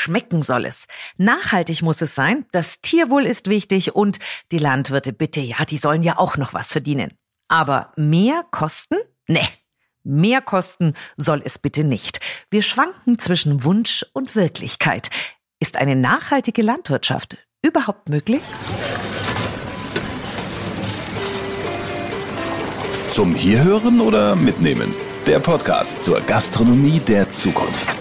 schmecken soll es. Nachhaltig muss es sein, das Tierwohl ist wichtig und die Landwirte, bitte, ja, die sollen ja auch noch was verdienen. Aber mehr kosten? Nee, mehr kosten soll es bitte nicht. Wir schwanken zwischen Wunsch und Wirklichkeit. Ist eine nachhaltige Landwirtschaft überhaupt möglich? Zum Hierhören oder Mitnehmen? Der Podcast zur Gastronomie der Zukunft.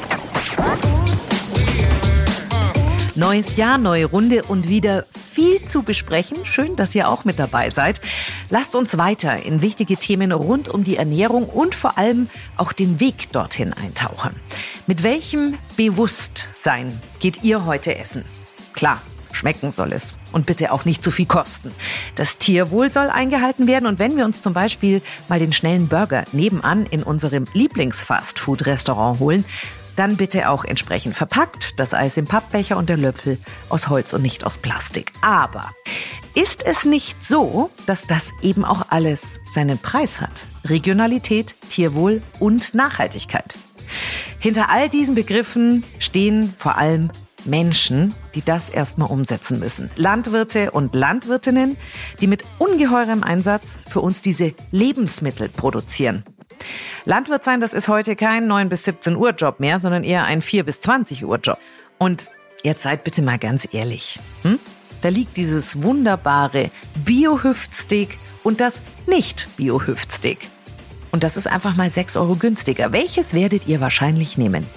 Neues Jahr, neue Runde und wieder viel zu besprechen. Schön, dass ihr auch mit dabei seid. Lasst uns weiter in wichtige Themen rund um die Ernährung und vor allem auch den Weg dorthin eintauchen. Mit welchem Bewusstsein geht ihr heute essen? Klar, schmecken soll es und bitte auch nicht zu viel kosten. Das Tierwohl soll eingehalten werden und wenn wir uns zum Beispiel mal den schnellen Burger nebenan in unserem Lieblings-Fast-Food-Restaurant holen, dann bitte auch entsprechend verpackt, das Eis im Pappbecher und der Löffel aus Holz und nicht aus Plastik. Aber ist es nicht so, dass das eben auch alles seinen Preis hat? Regionalität, Tierwohl und Nachhaltigkeit. Hinter all diesen Begriffen stehen vor allem Menschen, die das erstmal umsetzen müssen. Landwirte und Landwirtinnen, die mit ungeheurem Einsatz für uns diese Lebensmittel produzieren. Landwirt sein, das ist heute kein 9 bis 17 Uhr Job mehr, sondern eher ein 4 bis 20 Uhr Job. Und jetzt seid bitte mal ganz ehrlich. Da liegt dieses wunderbare Bio-Hüftsteak und das Nicht-Bio-Hüftsteak. Und das ist einfach mal 6 Euro günstiger. Welches werdet ihr wahrscheinlich nehmen?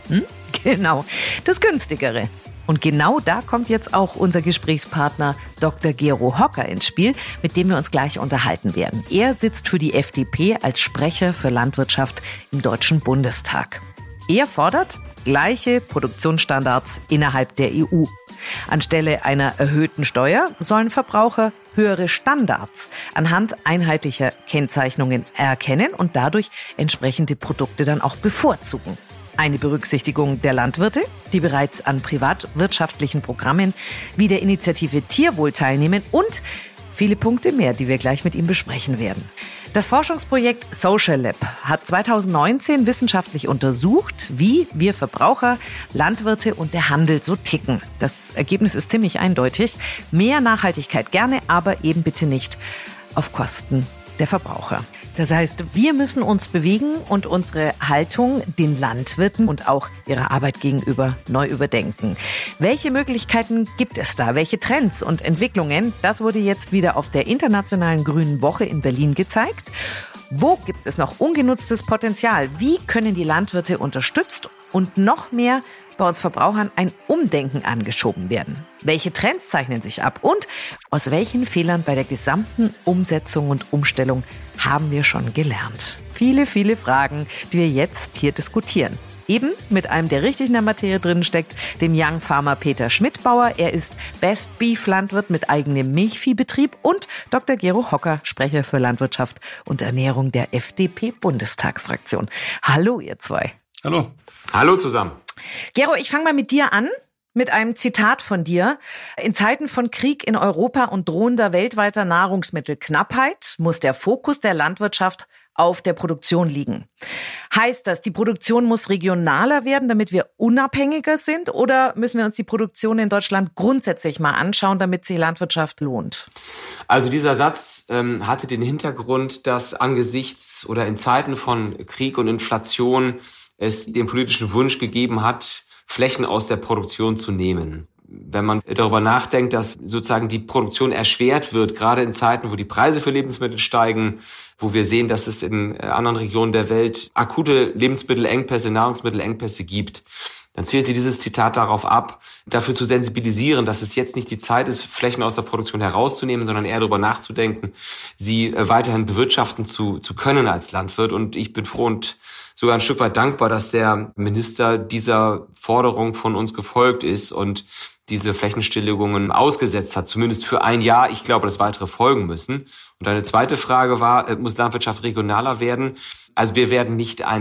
Genau, das günstigere. Und genau da kommt jetzt auch unser Gesprächspartner Dr. Gero Hocker ins Spiel, mit dem wir uns gleich unterhalten werden. Er sitzt für die FDP als Sprecher für Landwirtschaft im Deutschen Bundestag. Er fordert gleiche Produktionsstandards innerhalb der EU. Anstelle einer erhöhten Steuer sollen Verbraucher höhere Standards anhand einheitlicher Kennzeichnungen erkennen und dadurch entsprechende Produkte dann auch bevorzugen. Eine Berücksichtigung der Landwirte, die bereits an privatwirtschaftlichen Programmen wie der Initiative Tierwohl teilnehmen und viele Punkte mehr, die wir gleich mit ihm besprechen werden. Das Forschungsprojekt Social Lab hat 2019 wissenschaftlich untersucht, wie wir Verbraucher, Landwirte und der Handel so ticken. Das Ergebnis ist ziemlich eindeutig. Mehr Nachhaltigkeit gerne, aber eben bitte nicht auf Kosten der Verbraucher. Das heißt, wir müssen uns bewegen und unsere Haltung den Landwirten und auch ihrer Arbeit gegenüber neu überdenken. Welche Möglichkeiten gibt es da? Welche Trends und Entwicklungen? Das wurde jetzt wieder auf der Internationalen Grünen Woche in Berlin gezeigt. Wo gibt es noch ungenutztes Potenzial? Wie können die Landwirte unterstützt und noch mehr bei uns Verbrauchern ein Umdenken angeschoben werden? Welche Trends zeichnen sich ab und aus welchen Fehlern bei der gesamten Umsetzung und Umstellung haben wir schon gelernt? Viele, viele Fragen, die wir jetzt hier diskutieren. Eben mit einem, der richtig in der Materie drin steckt, dem Young Farmer Peter Schmidbauer. Er ist Best Beef Landwirt mit eigenem Milchviehbetrieb und Dr. Gero Hocker, Sprecher für Landwirtschaft und Ernährung der FDP-Bundestagsfraktion. Hallo, ihr zwei. Hallo. Hallo zusammen. Gero, ich fange mal mit dir an, mit einem Zitat von dir. In Zeiten von Krieg in Europa und drohender weltweiter Nahrungsmittelknappheit muss der Fokus der Landwirtschaft auf der Produktion liegen. Heißt das, die Produktion muss regionaler werden, damit wir unabhängiger sind? Oder müssen wir uns die Produktion in Deutschland grundsätzlich mal anschauen, damit sich Landwirtschaft lohnt? Also dieser Satz hatte den Hintergrund, dass angesichts oder in Zeiten von Krieg und Inflation es den politischen Wunsch gegeben hat, Flächen aus der Produktion zu nehmen. Wenn man darüber nachdenkt, dass sozusagen die Produktion erschwert wird, gerade in Zeiten, wo die Preise für Lebensmittel steigen, wo wir sehen, dass es in anderen Regionen der Welt akute Lebensmittelengpässe, Nahrungsmittelengpässe gibt, dann zielte dieses Zitat darauf ab, dafür zu sensibilisieren, dass es jetzt nicht die Zeit ist, Flächen aus der Produktion herauszunehmen, sondern eher darüber nachzudenken, sie weiterhin bewirtschaften zu können als Landwirt. Und ich bin froh und sogar ein Stück weit dankbar, dass der Minister dieser Forderung von uns gefolgt ist und diese Flächenstilllegungen ausgesetzt hat, zumindest für ein Jahr. Ich glaube, dass weitere folgen müssen. Und eine zweite Frage war, muss Landwirtschaft regionaler werden? Also wir werden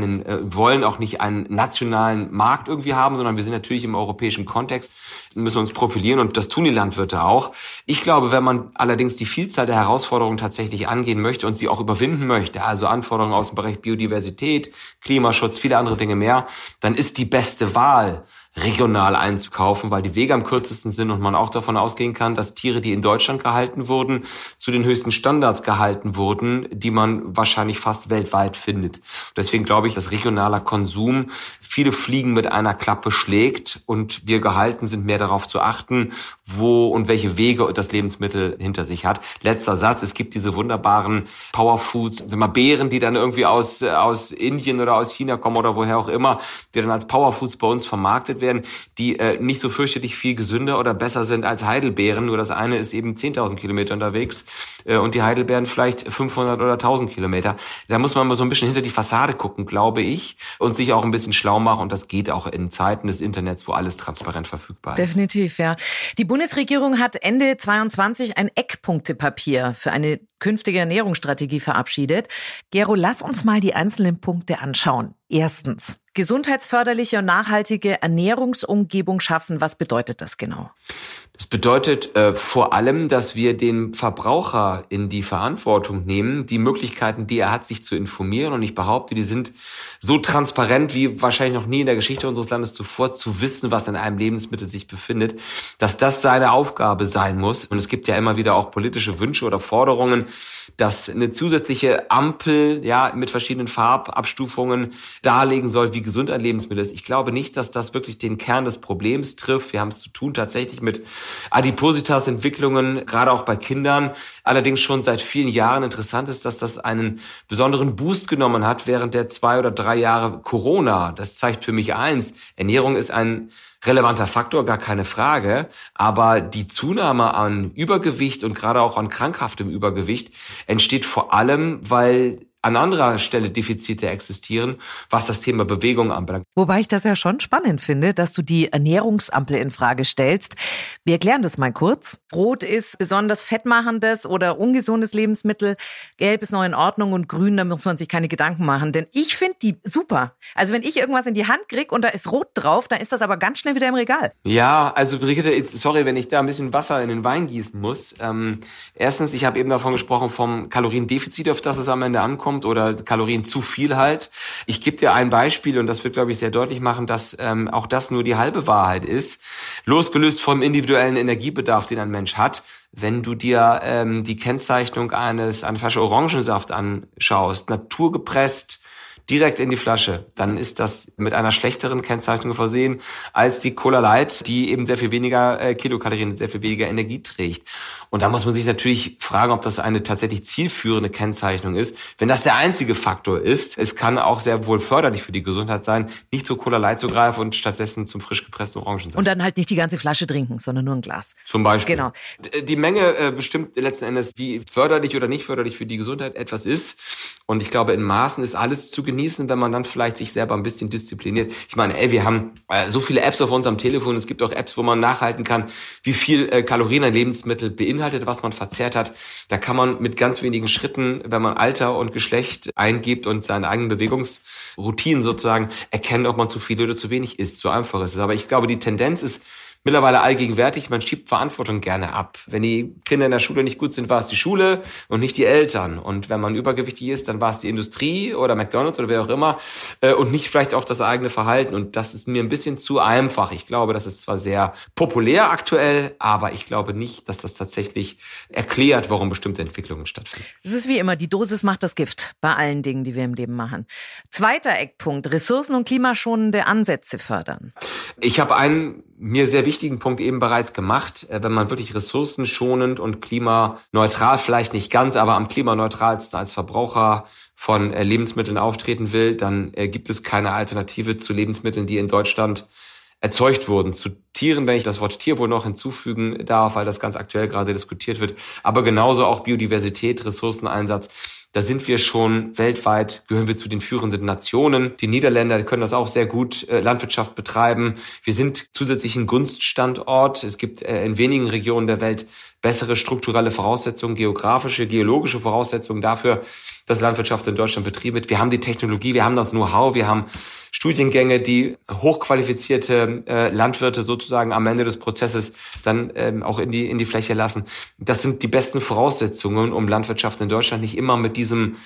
wollen auch nicht einen nationalen Markt irgendwie haben, sondern wir sind natürlich im europäischen Kontext, müssen uns profilieren und das tun die Landwirte auch. Ich glaube, wenn man allerdings die Vielzahl der Herausforderungen tatsächlich angehen möchte und sie auch überwinden möchte, also Anforderungen aus dem Bereich Biodiversität, Klimaschutz, viele andere Dinge mehr, dann ist die beste Wahl regional einzukaufen, weil die Wege am kürzesten sind und man auch davon ausgehen kann, dass Tiere, die in Deutschland gehalten wurden, zu den höchsten Standards gehalten wurden, die man wahrscheinlich fast weltweit findet. Deswegen glaube ich, dass regionaler Konsum viele Fliegen mit einer Klappe schlägt und wir gehalten sind, mehr darauf zu achten, wo und welche Wege das Lebensmittel hinter sich hat. Letzter Satz, es gibt diese wunderbaren Powerfoods, Beeren, die dann irgendwie aus Indien oder aus China kommen oder woher auch immer, die dann als Powerfoods bei uns vermarktet werden, die nicht so fürchterlich viel gesünder oder besser sind als Heidelbeeren. Nur das eine ist eben 10.000 Kilometer unterwegs und die Heidelbeeren vielleicht 500 oder 1.000 Kilometer. Da muss man mal so ein bisschen hinter die Fassade gucken, glaube ich, und sich auch ein bisschen schlau machen. Und das geht auch in Zeiten des Internets, wo alles transparent verfügbar ist. Definitiv, ja. Die Bundesregierung hat Ende 2022 ein Eckpunktepapier für eine künftige Ernährungsstrategie verabschiedet. Gero, lass uns mal die einzelnen Punkte anschauen. Erstens, gesundheitsförderliche und nachhaltige Ernährungsumgebung schaffen. Was bedeutet das genau? Das bedeutet vor allem, dass wir den Verbraucher in die Verantwortung nehmen, die Möglichkeiten, die er hat, sich zu informieren. Und ich behaupte, die sind so transparent wie wahrscheinlich noch nie in der Geschichte unseres Landes zuvor, zu wissen, was in einem Lebensmittel sich befindet, dass das seine Aufgabe sein muss. Und es gibt ja immer wieder auch politische Wünsche oder Forderungen, dass eine zusätzliche Ampel mit verschiedenen Farbabstufungen darlegen soll, wie gesund ein Lebensmittel ist. Ich glaube nicht, dass das wirklich den Kern des Problems trifft. Wir haben es zu tun tatsächlich mit Adipositas-Entwicklungen, gerade auch bei Kindern. Allerdings schon seit vielen Jahren. Interessant ist, dass das einen besonderen Boost genommen hat während der 2 oder 3 Jahre Corona. Das zeigt für mich eins: Ernährung ist ein relevanter Faktor, gar keine Frage. Aber die Zunahme an Übergewicht und gerade auch an krankhaftem Übergewicht entsteht vor allem, weil an anderer Stelle Defizite existieren, was das Thema Bewegung anbelangt. Wobei ich das ja schon spannend finde, dass du die Ernährungsampel in Frage stellst. Wir erklären das mal kurz. Rot ist besonders fettmachendes oder ungesundes Lebensmittel. Gelb ist noch in Ordnung und grün, da muss man sich keine Gedanken machen. Denn ich finde die super. Also wenn ich irgendwas in die Hand kriege und da ist Rot drauf, dann ist das aber ganz schnell wieder im Regal. Ja, also Brigitte, sorry, wenn ich da ein bisschen Wasser in den Wein gießen muss. Erstens, ich habe eben davon gesprochen, vom Kaloriendefizit, auf das es am Ende ankommt, oder Kalorien zu viel halt. Ich gebe dir ein Beispiel und das wird, glaube ich, sehr deutlich machen, dass auch das nur die halbe Wahrheit ist. Losgelöst vom individuellen Energiebedarf, den ein Mensch hat. Wenn du dir die Kennzeichnung einer Flasche Orangensaft anschaust, naturgepresst, direkt in die Flasche, dann ist das mit einer schlechteren Kennzeichnung versehen als die Cola Light, die eben sehr viel weniger Kilokalorien, sehr viel weniger Energie trägt. Und da muss man sich natürlich fragen, ob das eine tatsächlich zielführende Kennzeichnung ist. Wenn das der einzige Faktor ist, es kann auch sehr wohl förderlich für die Gesundheit sein, nicht zur Cola Light zu greifen und stattdessen zum frisch gepressten Orangensaft. Und dann halt nicht die ganze Flasche trinken, sondern nur ein Glas. Zum Beispiel. Genau. Die Menge bestimmt letzten Endes, wie förderlich oder nicht förderlich für die Gesundheit etwas ist. Und ich glaube, in Maßen ist alles zu genießen, wenn man dann vielleicht sich selber ein bisschen diszipliniert. Ich meine, wir haben so viele Apps auf unserem Telefon. Es gibt auch Apps, wo man nachhalten kann, wie viel Kalorien ein Lebensmittel beinhaltet, was man verzehrt hat. Da kann man mit ganz wenigen Schritten, wenn man Alter und Geschlecht eingibt und seine eigenen Bewegungsroutinen sozusagen, erkennen, ob man zu viel oder zu wenig isst. So einfach ist es. Aber ich glaube, die Tendenz ist mittlerweile allgegenwärtig. Man schiebt Verantwortung gerne ab. Wenn die Kinder in der Schule nicht gut sind, war es die Schule und nicht die Eltern. Und wenn man übergewichtig ist, dann war es die Industrie oder McDonald's oder wer auch immer und nicht vielleicht auch das eigene Verhalten. Und das ist mir ein bisschen zu einfach. Ich glaube, das ist zwar sehr populär aktuell, aber ich glaube nicht, dass das tatsächlich erklärt, warum bestimmte Entwicklungen stattfinden. Es ist wie immer, die Dosis macht das Gift bei allen Dingen, die wir im Leben machen. Zweiter Eckpunkt, ressourcen- und klimaschonende Ansätze fördern. Ich habe einen mir sehr wichtigen Punkt eben bereits gemacht. Wenn man wirklich ressourcenschonend und klimaneutral, vielleicht nicht ganz, aber am klimaneutralsten als Verbraucher von Lebensmitteln auftreten will, dann gibt es keine Alternative zu Lebensmitteln, die in Deutschland erzeugt wurden. Zu Tieren, wenn ich das Wort Tier wohl noch hinzufügen darf, weil das ganz aktuell gerade diskutiert wird, aber genauso auch Biodiversität, Ressourceneinsatz. Da sind wir schon weltweit, gehören wir zu den führenden Nationen. Die Niederländer können das auch sehr gut Landwirtschaft betreiben. Wir sind zusätzlich ein Gunststandort. Es gibt in wenigen Regionen der Welt bessere strukturelle Voraussetzungen, geografische, geologische Voraussetzungen dafür, dass Landwirtschaft in Deutschland betrieben wird. Wir haben die Technologie, wir haben das Know-how, wir haben Studiengänge, die hochqualifizierte Landwirte sozusagen am Ende des Prozesses dann auch in die Fläche lassen. Das sind die besten Voraussetzungen, um Landwirtschaft in Deutschland nicht immer mit diesem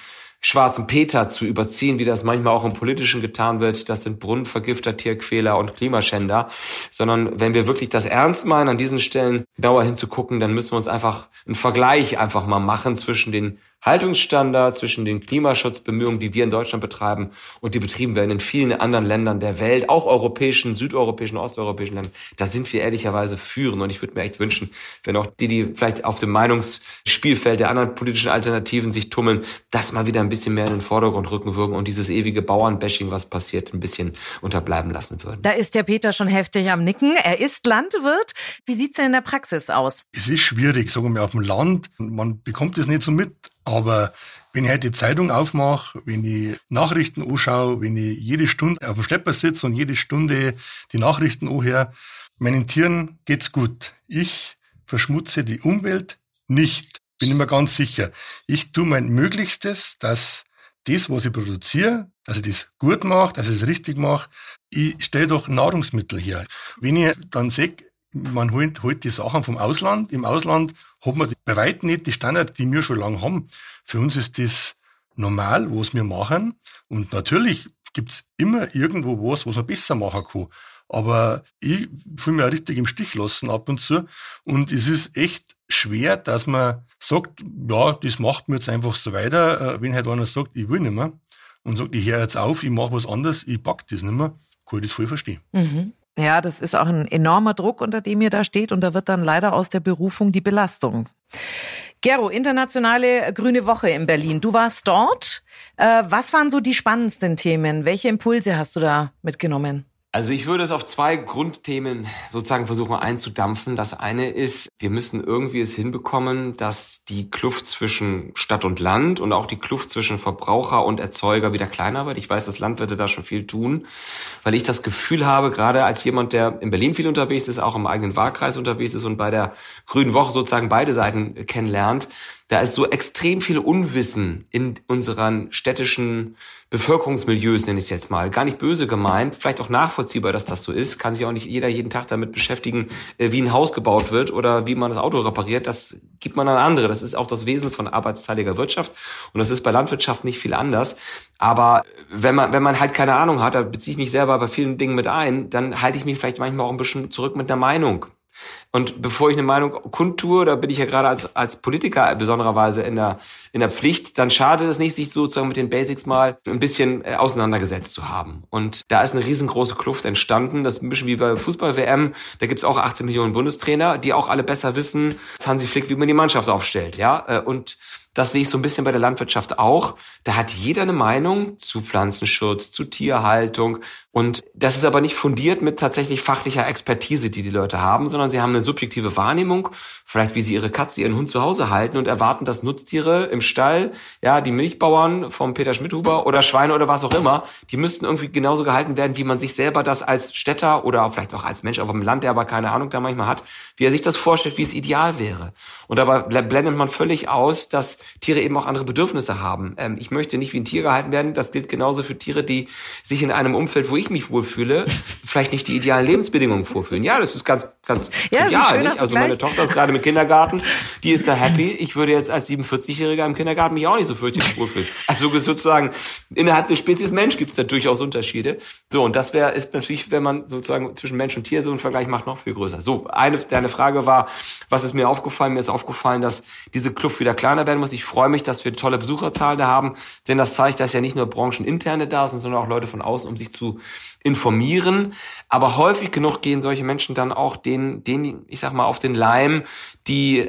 schwarzen Peter zu überziehen, wie das manchmal auch im Politischen getan wird. Das sind Brunnenvergifter, Tierquäler und Klimaschänder. Sondern wenn wir wirklich das ernst meinen, an diesen Stellen genauer hinzugucken, dann müssen wir uns einfach einen Vergleich einfach mal machen zwischen den Haltungsstandards, zwischen den Klimaschutzbemühungen, die wir in Deutschland betreiben und die betrieben werden in vielen anderen Ländern der Welt, auch europäischen, südeuropäischen, osteuropäischen Ländern. Da sind wir ehrlicherweise führend. Und ich würde mir echt wünschen, wenn auch die vielleicht auf dem Meinungsspielfeld der anderen politischen Alternativen sich tummeln, dass mal wieder ein bisschen mehr in den Vordergrund rücken würden und dieses ewige Bauernbashing, was passiert, ein bisschen unterbleiben lassen würden. Da ist der Peter schon heftig am Nicken. Er ist Landwirt. Wie sieht's denn in der Praxis aus? Es ist schwierig, sagen wir, auf dem Land. Man bekommt es nicht so mit. Aber wenn ich heute die Zeitung aufmache, wenn ich Nachrichten anschaue, wenn ich jede Stunde auf dem Schlepper sitze und jede Stunde die Nachrichten anhöre, meinen Tieren geht's gut. Ich verschmutze die Umwelt nicht, bin ich mir ganz sicher. Ich tue mein Möglichstes, dass das, was ich produziere, dass ich das gut mache, dass ich das richtig mache. Ich stelle doch Nahrungsmittel her. Wenn ich dann sehe, man holt die Sachen vom Ausland. Im Ausland hat man bei weitem nicht die Standards, die wir schon lange haben. Für uns ist das normal, was wir machen. Und natürlich gibt's immer irgendwo was man besser machen kann. Aber ich fühle mich auch richtig im Stich lassen ab und zu. Und es ist echt schwer, dass man sagt, ja, das macht mir jetzt einfach so weiter. Wenn halt einer sagt, ich will nicht mehr und sagt, ich höre jetzt auf, ich mache was anderes, ich pack das nicht mehr, kann ich das voll verstehen. Mhm. Ja, das ist auch ein enormer Druck, unter dem ihr da steht. Und da wird dann leider aus der Berufung die Belastung. Gero, internationale Grüne Woche in Berlin. Du warst dort. Was waren so die spannendsten Themen? Welche Impulse hast du da mitgenommen? Also ich würde es auf zwei Grundthemen sozusagen versuchen einzudampfen. Das eine ist, wir müssen irgendwie es hinbekommen, dass die Kluft zwischen Stadt und Land und auch die Kluft zwischen Verbraucher und Erzeuger wieder kleiner wird. Ich weiß, dass Landwirte da schon viel tun, weil ich das Gefühl habe, gerade als jemand, der in Berlin viel unterwegs ist, auch im eigenen Wahlkreis unterwegs ist und bei der Grünen Woche sozusagen beide Seiten kennenlernt, da ist so extrem viel Unwissen in unseren städtischen Bevölkerungsmilieus, nenne ich es jetzt mal. Gar nicht böse gemeint, vielleicht auch nachvollziehbar, dass das so ist. Kann sich auch nicht jeder jeden Tag damit beschäftigen, wie ein Haus gebaut wird oder wie man das Auto repariert. Das gibt man an andere. Das ist auch das Wesen von arbeitsteiliger Wirtschaft. Und das ist bei Landwirtschaft nicht viel anders. Aber wenn man halt keine Ahnung hat, da beziehe ich mich selber bei vielen Dingen mit ein, dann halte ich mich vielleicht manchmal auch ein bisschen zurück mit einer Meinung. Und bevor ich eine Meinung kundtue, da bin ich ja gerade als Politiker besondererweise in der Pflicht, dann schadet es nicht, sich sozusagen mit den Basics mal ein bisschen auseinandergesetzt zu haben. Und da ist eine riesengroße Kluft entstanden. Das ist ein bisschen wie bei Fußball-WM. Da gibt's auch 18 Millionen Bundestrainer, die auch alle besser wissen, als Hansi Flick, wie man die Mannschaft aufstellt. Ja, und das sehe ich so ein bisschen bei der Landwirtschaft auch. Da hat jeder eine Meinung zu Pflanzenschutz, zu Tierhaltung. Und das ist aber nicht fundiert mit tatsächlich fachlicher Expertise, die Leute haben, sondern sie haben eine subjektive Wahrnehmung, vielleicht wie sie ihre Katze, ihren Hund zu Hause halten und erwarten, dass Nutztiere im Stall, ja, die Milchbauern vom Peter Schmidhuber oder Schweine oder was auch immer, die müssten irgendwie genauso gehalten werden, wie man sich selber das als Städter oder vielleicht auch als Mensch auf dem Land, der aber keine Ahnung da manchmal hat, wie er sich das vorstellt, wie es ideal wäre. Und dabei blendet man völlig aus, dass Tiere eben auch andere Bedürfnisse haben. Ich möchte nicht wie ein Tier gehalten werden. Das gilt genauso für Tiere, die sich in einem Umfeld, wo ich mich wohlfühle, vielleicht nicht die idealen Lebensbedingungen vorfühlen. Ja, das ist ganz ja, trivial, nicht? Also meine Tochter ist gerade im Kindergarten, die ist da happy. Ich würde jetzt als 47-Jähriger im Kindergarten mich auch nicht so fürchterlich wohlfühlen. Also sozusagen innerhalb der Spezies Mensch gibt es da durchaus Unterschiede. So, und das ist natürlich, wenn man sozusagen zwischen Mensch und Tier so einen Vergleich macht, noch viel größer. So, deine Frage war, was ist mir aufgefallen? Mir ist aufgefallen, dass diese Kluft wieder kleiner werden muss. Ich freue mich, dass wir tolle Besucherzahlen da haben, denn das zeigt, dass ja nicht nur Brancheninterne da sind, sondern auch Leute von außen, um sich zu informieren. Aber häufig genug gehen solche Menschen dann auch denen, ich sag mal, auf den Leim, die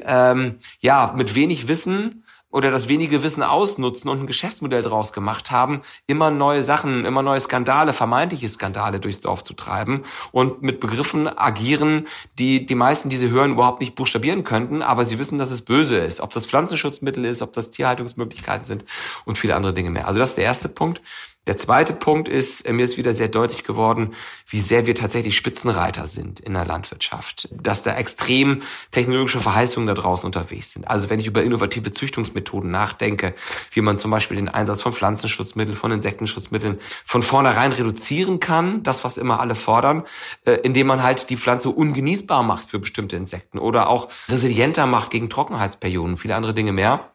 mit wenig Wissen oder das wenige Wissen ausnutzen und ein Geschäftsmodell draus gemacht haben, immer neue Sachen, immer neue Skandale, vermeintliche Skandale durchs Dorf zu treiben und mit Begriffen agieren, die meisten, die sie hören, überhaupt nicht buchstabieren könnten, aber sie wissen, dass es böse ist. Ob das Pflanzenschutzmittel ist, ob das Tierhaltungsmöglichkeiten sind und viele andere Dinge mehr. Also das ist der erste Punkt. Der zweite Punkt ist, mir ist wieder sehr deutlich geworden, wie sehr wir tatsächlich Spitzenreiter sind in der Landwirtschaft. Dass da extrem technologische Verheißungen da draußen unterwegs sind. Also wenn ich über innovative Züchtungsmethoden nachdenke, wie man zum Beispiel den Einsatz von Pflanzenschutzmitteln, von Insektenschutzmitteln von vornherein reduzieren kann, das, was immer alle fordern, indem man halt die Pflanze ungenießbar macht für bestimmte Insekten oder auch resilienter macht gegen Trockenheitsperioden, viele andere Dinge mehr.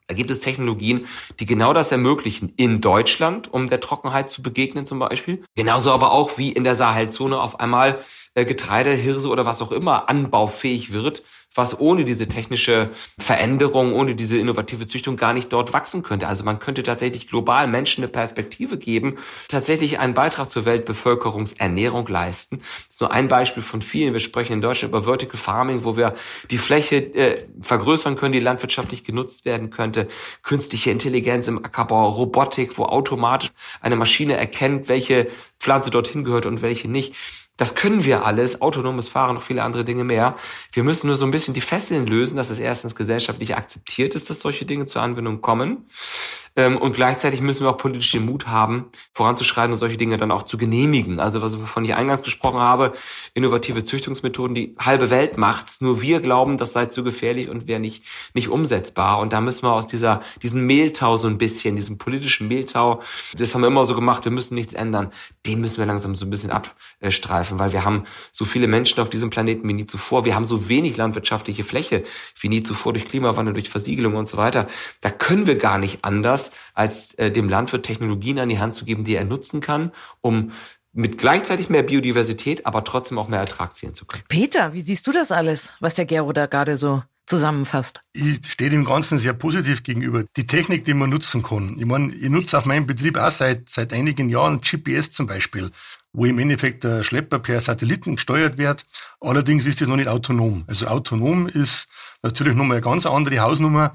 Da gibt es Technologien, die genau das ermöglichen in Deutschland, um der Trockenheit zu begegnen zum Beispiel. Genauso aber auch wie in der Sahelzone auf einmal Getreide, Hirse oder was auch immer anbaufähig wird, was ohne diese technische Veränderung, ohne diese innovative Züchtung gar nicht dort wachsen könnte. Also man könnte tatsächlich global Menschen eine Perspektive geben, tatsächlich einen Beitrag zur Weltbevölkerungsernährung leisten. Das ist nur ein Beispiel von vielen. Wir sprechen in Deutschland über Vertical Farming, wo wir die Fläche vergrößern können, die landwirtschaftlich genutzt werden könnte. Künstliche Intelligenz im Ackerbau, Robotik, wo automatisch eine Maschine erkennt, welche Pflanze dorthin gehört und welche nicht. Das können wir alles, autonomes Fahren, noch viele andere Dinge mehr. Wir müssen nur so ein bisschen die Fesseln lösen, dass es erstens gesellschaftlich akzeptiert ist, dass solche Dinge zur Anwendung kommen. Und gleichzeitig müssen wir auch politisch den Mut haben, voranzuschreiten und solche Dinge dann auch zu genehmigen. Also wovon ich eingangs gesprochen habe, innovative Züchtungsmethoden, die halbe Welt macht's. Nur wir glauben, das sei zu gefährlich und wäre nicht umsetzbar. Und da müssen wir aus diesem Mehltau so ein bisschen, diesem politischen Mehltau, das haben wir immer so gemacht, wir müssen nichts ändern, den müssen wir langsam so ein bisschen abstreifen, weil wir haben so viele Menschen auf diesem Planeten wie nie zuvor. Wir haben so wenig landwirtschaftliche Fläche wie nie zuvor durch Klimawandel, durch Versiegelung und so weiter. Da können wir gar nicht anders, als dem Landwirt Technologien an die Hand zu geben, die er nutzen kann, um mit gleichzeitig mehr Biodiversität, aber trotzdem auch mehr Ertrag ziehen zu können. Peter, wie siehst du das alles, was der Gero da gerade so zusammenfasst? Ich stehe dem Ganzen sehr positiv gegenüber. Die Technik, die man nutzen kann. Ich meine, ich nutze auf meinem Betrieb auch seit einigen Jahren GPS zum Beispiel, wo im Endeffekt der Schlepper per Satelliten gesteuert wird. Allerdings ist das noch nicht autonom. Also autonom ist natürlich nochmal eine ganz andere Hausnummer.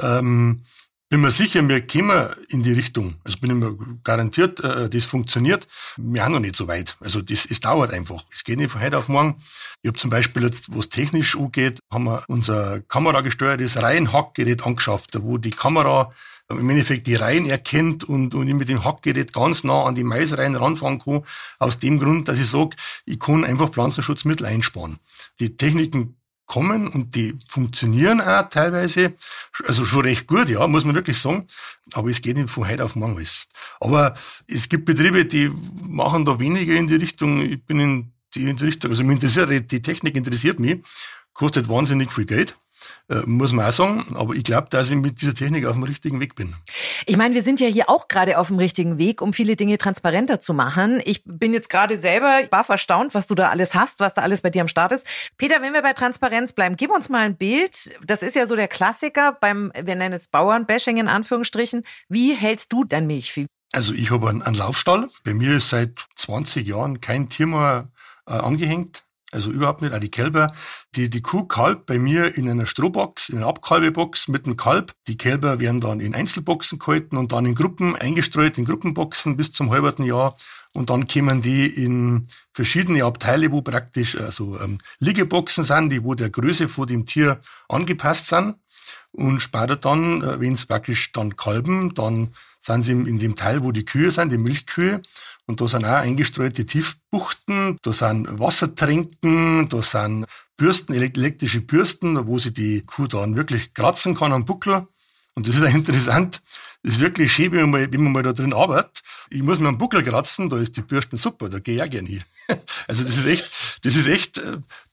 Bin mir sicher, wir kommen in die Richtung. Also bin ich mir garantiert, das funktioniert. Wir haben noch nicht so weit. Also es dauert einfach. Es geht nicht von heute auf morgen. Ich habe zum Beispiel jetzt, was technisch angeht, haben wir unser kameragesteuertes Reihenhackgerät angeschafft, wo die Kamera im Endeffekt die Reihen erkennt und ich mit dem Hackgerät ganz nah an die Maisreihen ranfahren kann. Aus dem Grund, dass ich sage, ich kann einfach Pflanzenschutzmittel einsparen. Die Techniken kommen und die funktionieren auch teilweise, also schon recht gut, ja, muss man wirklich sagen, aber es geht nicht von heute auf morgen alles. Aber es gibt Betriebe, die machen da weniger in die Richtung, ich bin in die Richtung, also die Technik interessiert mich, kostet wahnsinnig viel Geld, muss man auch sagen, aber ich glaube, dass ich mit dieser Technik auf dem richtigen Weg bin. Ich meine, wir sind ja hier auch gerade auf dem richtigen Weg, um viele Dinge transparenter zu machen. Ich bin jetzt gerade selber, ich war erstaunt, was du da alles hast, was da alles bei dir am Start ist. Peter, wenn wir bei Transparenz bleiben, gib uns mal ein Bild. Das ist ja so der Klassiker beim, wir nennen es Bauernbashing in Anführungsstrichen. Wie hältst du dein Milchvieh? Also ich habe einen Laufstall. Bei mir ist seit 20 Jahren kein Tier mehr angehängt. Also überhaupt nicht, auch die Kälber. Die Kuh kalbt bei mir in einer Strohbox, in einer Abkalbebox mit dem Kalb. Die Kälber werden dann in Einzelboxen gehalten und dann in Gruppen eingestreut, in Gruppenboxen bis zum halben Jahr. Und dann kommen die in verschiedene Abteile, wo praktisch Liegeboxen sind, die wo der Größe von dem Tier angepasst sind. Und später dann, wenn es praktisch dann kalben, dann sind sie in dem Teil, wo die Kühe sind, die Milchkühe. Und da sind auch eingestreute Tiefbuchten, da sind Wassertränken, da sind Bürsten, elektrische Bürsten, wo sie die Kuh dann wirklich kratzen kann am Buckel. Und das ist auch interessant. Das ist wirklich schön, wenn man mal da drin arbeitet. Ich muss mir am Buckel kratzen, da ist die Bürste super, da gehe ich auch gerne hin. Also das ist echt,